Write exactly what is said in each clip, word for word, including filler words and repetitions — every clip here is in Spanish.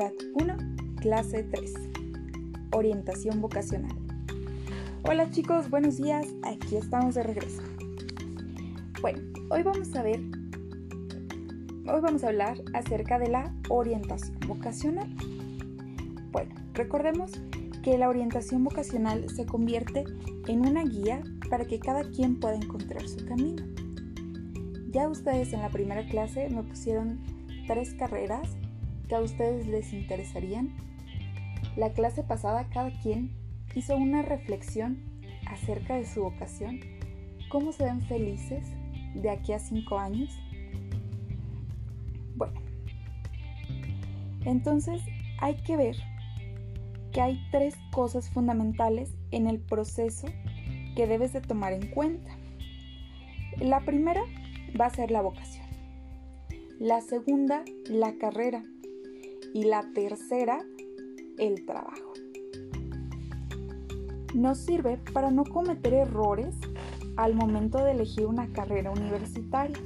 Unidad uno, Clase tres. Orientación vocacional. Hola chicos, buenos días, aquí estamos de regreso. Bueno, hoy vamos a ver, hoy vamos a hablar acerca de la orientación vocacional. Bueno, recordemos que la orientación vocacional se convierte en una guía para que cada quien pueda encontrar su camino. Ya ustedes en la primera clase me pusieron tres carreras que a ustedes les interesarían. La clase pasada cada quien hizo una reflexión acerca de su vocación, cómo se ven felices de aquí a cinco años. Bueno, entonces hay que ver que hay tres cosas fundamentales en el proceso que debes de tomar en cuenta. La primera va a ser la vocación, la segunda, la carrera, y la tercera, el trabajo. Nos sirve para no cometer errores al momento de elegir una carrera universitaria.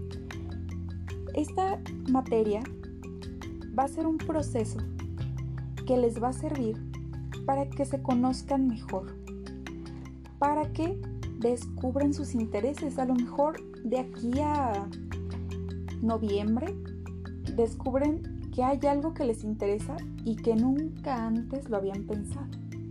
Esta materia va a ser un proceso que les va a servir para que se conozcan mejor, para que descubran sus intereses. A lo mejor de aquí a noviembre descubren que hay algo que les interesa y que nunca antes lo habían pensado.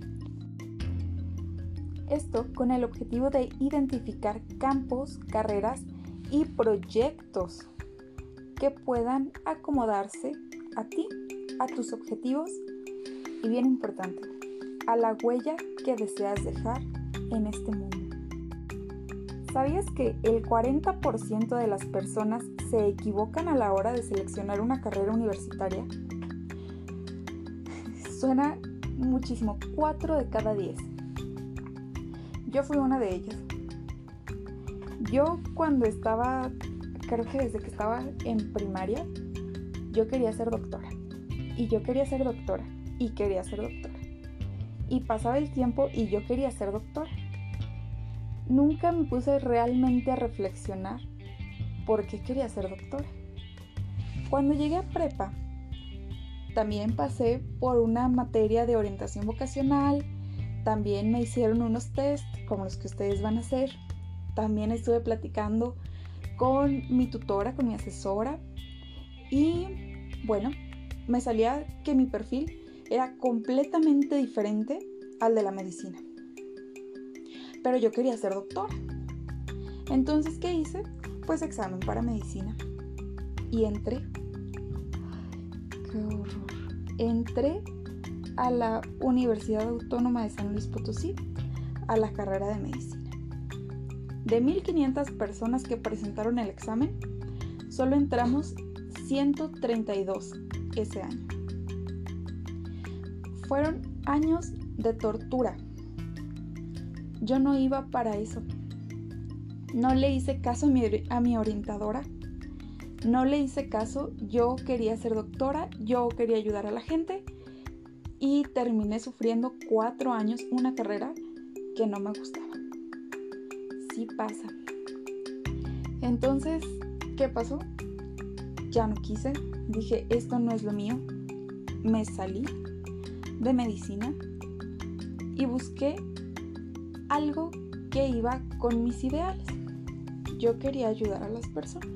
Esto con el objetivo de identificar campos, carreras y proyectos que puedan acomodarse a ti, a tus objetivos y, bien importante, a la huella que deseas dejar en este mundo. ¿Sabías que el cuarenta por ciento de las personas se equivocan a la hora de seleccionar una carrera universitaria? Suena muchísimo, cuatro de cada diez. Yo fui una de ellas. Yo cuando estaba, creo que desde que estaba en primaria, yo quería ser doctora. Y yo quería ser doctora. Y quería ser doctora. Y pasaba el tiempo y yo quería ser doctora. Nunca me puse realmente a reflexionar por qué quería ser doctora. Cuando llegué a prepa, también pasé por una materia de orientación vocacional, también me hicieron unos test como los que ustedes van a hacer, también estuve platicando con mi tutora, con mi asesora, y bueno, me salía que mi perfil era completamente diferente al de la medicina. Pero yo quería ser doctora. Entonces, ¿qué hice? Pues examen para medicina. Y entré. ¡Qué horror! Entré a la Universidad Autónoma de San Luis Potosí, a la carrera de medicina. De mil quinientas personas que presentaron el examen, solo entramos ciento treinta y dos ese año. Fueron años de tortura. Yo no iba para eso. No le hice caso a mi, a mi orientadora. No le hice caso. Yo quería ser doctora. Yo quería ayudar a la gente. Y terminé sufriendo cuatro años una carrera que no me gustaba. Sí pasa. Entonces, ¿qué pasó? Ya no quise. Dije, esto no es lo mío. Me salí de medicina y busqué algo que iba con mis ideales. Yo quería ayudar a las personas.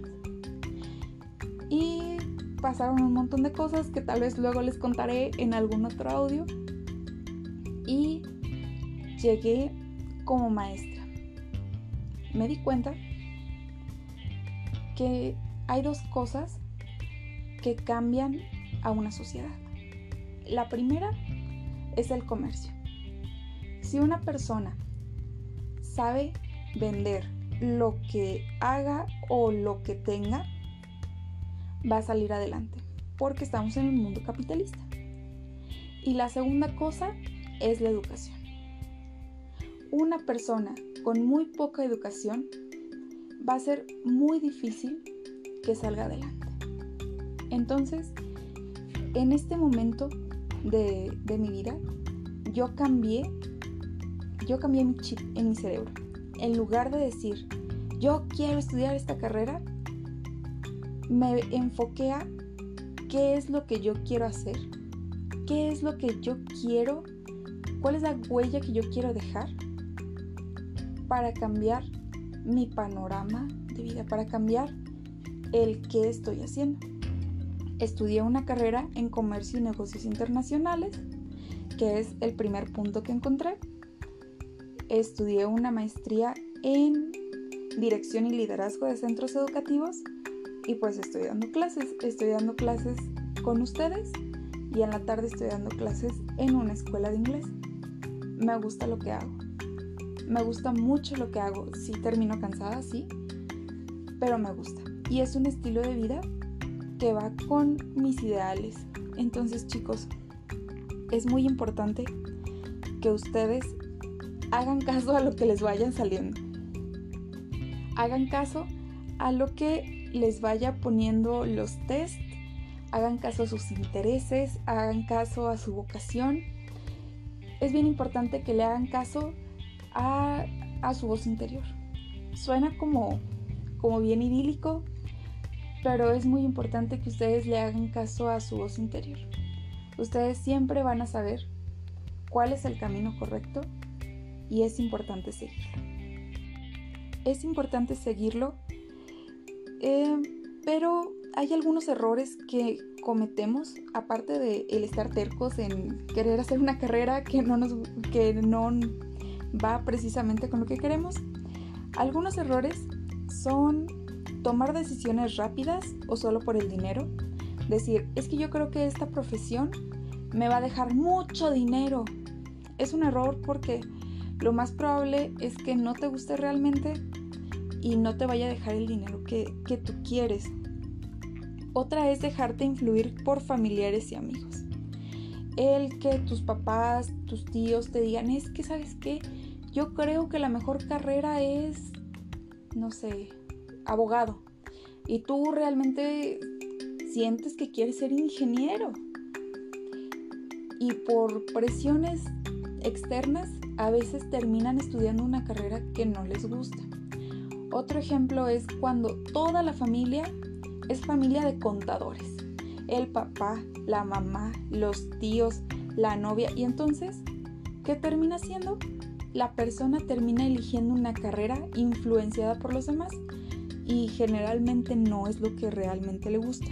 Y pasaron un montón de cosas que tal vez luego les contaré en algún otro audio. Y llegué como maestra. Me di cuenta que hay dos cosas que cambian a una sociedad. La primera es el comercio. Si una persona sabe vender lo que haga o lo que tenga, va a salir adelante, porque estamos en un mundo capitalista. Y la segunda cosa es la educación. Una persona con muy poca educación va a ser muy difícil que salga adelante. Entonces, en este momento de, de mi vida, yo cambié Yo cambié mi chip en mi cerebro. En lugar de decir, yo quiero estudiar esta carrera, me enfoqué a qué es lo que yo quiero hacer qué es lo que yo quiero, cuál es la huella que yo quiero dejar para cambiar mi panorama de vida, para cambiar el qué estoy haciendo. Estudié una carrera en comercio y negocios internacionales, que es el primer punto que encontré. Estudié una maestría en dirección y liderazgo de centros educativos y pues estoy dando clases, estoy dando clases con ustedes y en la tarde estoy dando clases en una escuela de inglés. Me gusta lo que hago, me gusta mucho lo que hago. Sí termino cansada, sí, pero me gusta y es un estilo de vida que va con mis ideales. Entonces, chicos, es muy importante que ustedes hagan caso a lo que les vaya saliendo. Hagan caso a lo que les vaya poniendo los test. Hagan caso a sus intereses. Hagan caso a su vocación. Es bien importante que le hagan caso a, a su voz interior. Suena como, como bien idílico, pero es muy importante que ustedes le hagan caso a su voz interior. Ustedes siempre van a saber cuál es el camino correcto y es importante seguirlo. Es importante seguirlo, eh, pero hay algunos errores que cometemos, aparte de el estar tercos en querer hacer una carrera que no nos, que no va precisamente con lo que queremos. Algunos errores son tomar decisiones rápidas o solo por el dinero. Decir, es que yo creo que esta profesión me va a dejar mucho dinero. Es un error porque lo más probable es que no te guste realmente y no te vaya a dejar el dinero que, que tú quieres. Otra es dejarte influir por familiares y amigos. El que tus papás, tus tíos te digan, es que, ¿sabes qué? Yo creo que la mejor carrera es, no sé, abogado. Y tú realmente sientes que quieres ser ingeniero. Y por presiones externas, a veces terminan estudiando una carrera que no les gusta. Otro ejemplo es cuando toda la familia es familia de contadores. El papá, la mamá, los tíos, la novia. Y entonces, ¿qué termina haciendo? La persona termina eligiendo una carrera influenciada por los demás y generalmente no es lo que realmente le gusta.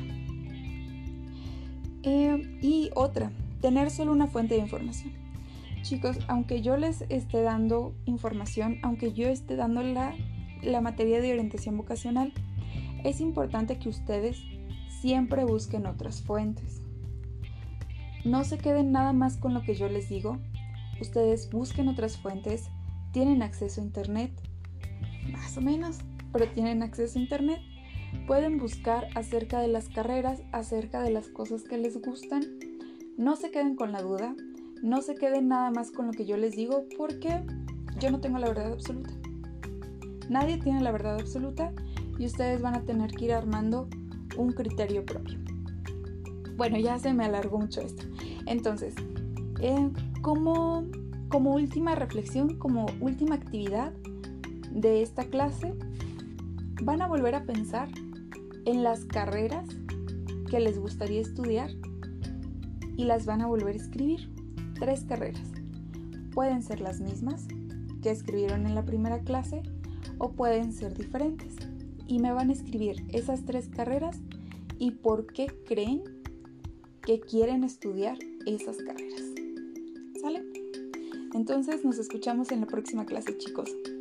Eh, y otra, tener solo una fuente de información. Chicos, aunque yo les esté dando información, aunque yo esté dando la, la materia de orientación vocacional, es importante que ustedes siempre busquen otras fuentes. No se queden nada más con lo que yo les digo. Ustedes busquen otras fuentes. Tienen acceso a internet, más o menos, pero tienen acceso a internet. Pueden buscar acerca de las carreras, acerca de las cosas que les gustan. No se queden con la duda. No se queden nada más con lo que yo les digo, porque yo no tengo la verdad absoluta. Nadie tiene la verdad absoluta y ustedes van a tener que ir armando un criterio propio. Bueno, ya se me alargó mucho esto. Entonces, eh, como, como última reflexión, como última actividad de esta clase, van a volver a pensar en las carreras que les gustaría estudiar y las van a volver a escribir. Tres carreras. Pueden ser las mismas que escribieron en la primera clase o pueden ser diferentes. Y me van a escribir esas tres carreras y por qué creen que quieren estudiar esas carreras. ¿Sale? Entonces nos escuchamos en la próxima clase, chicos.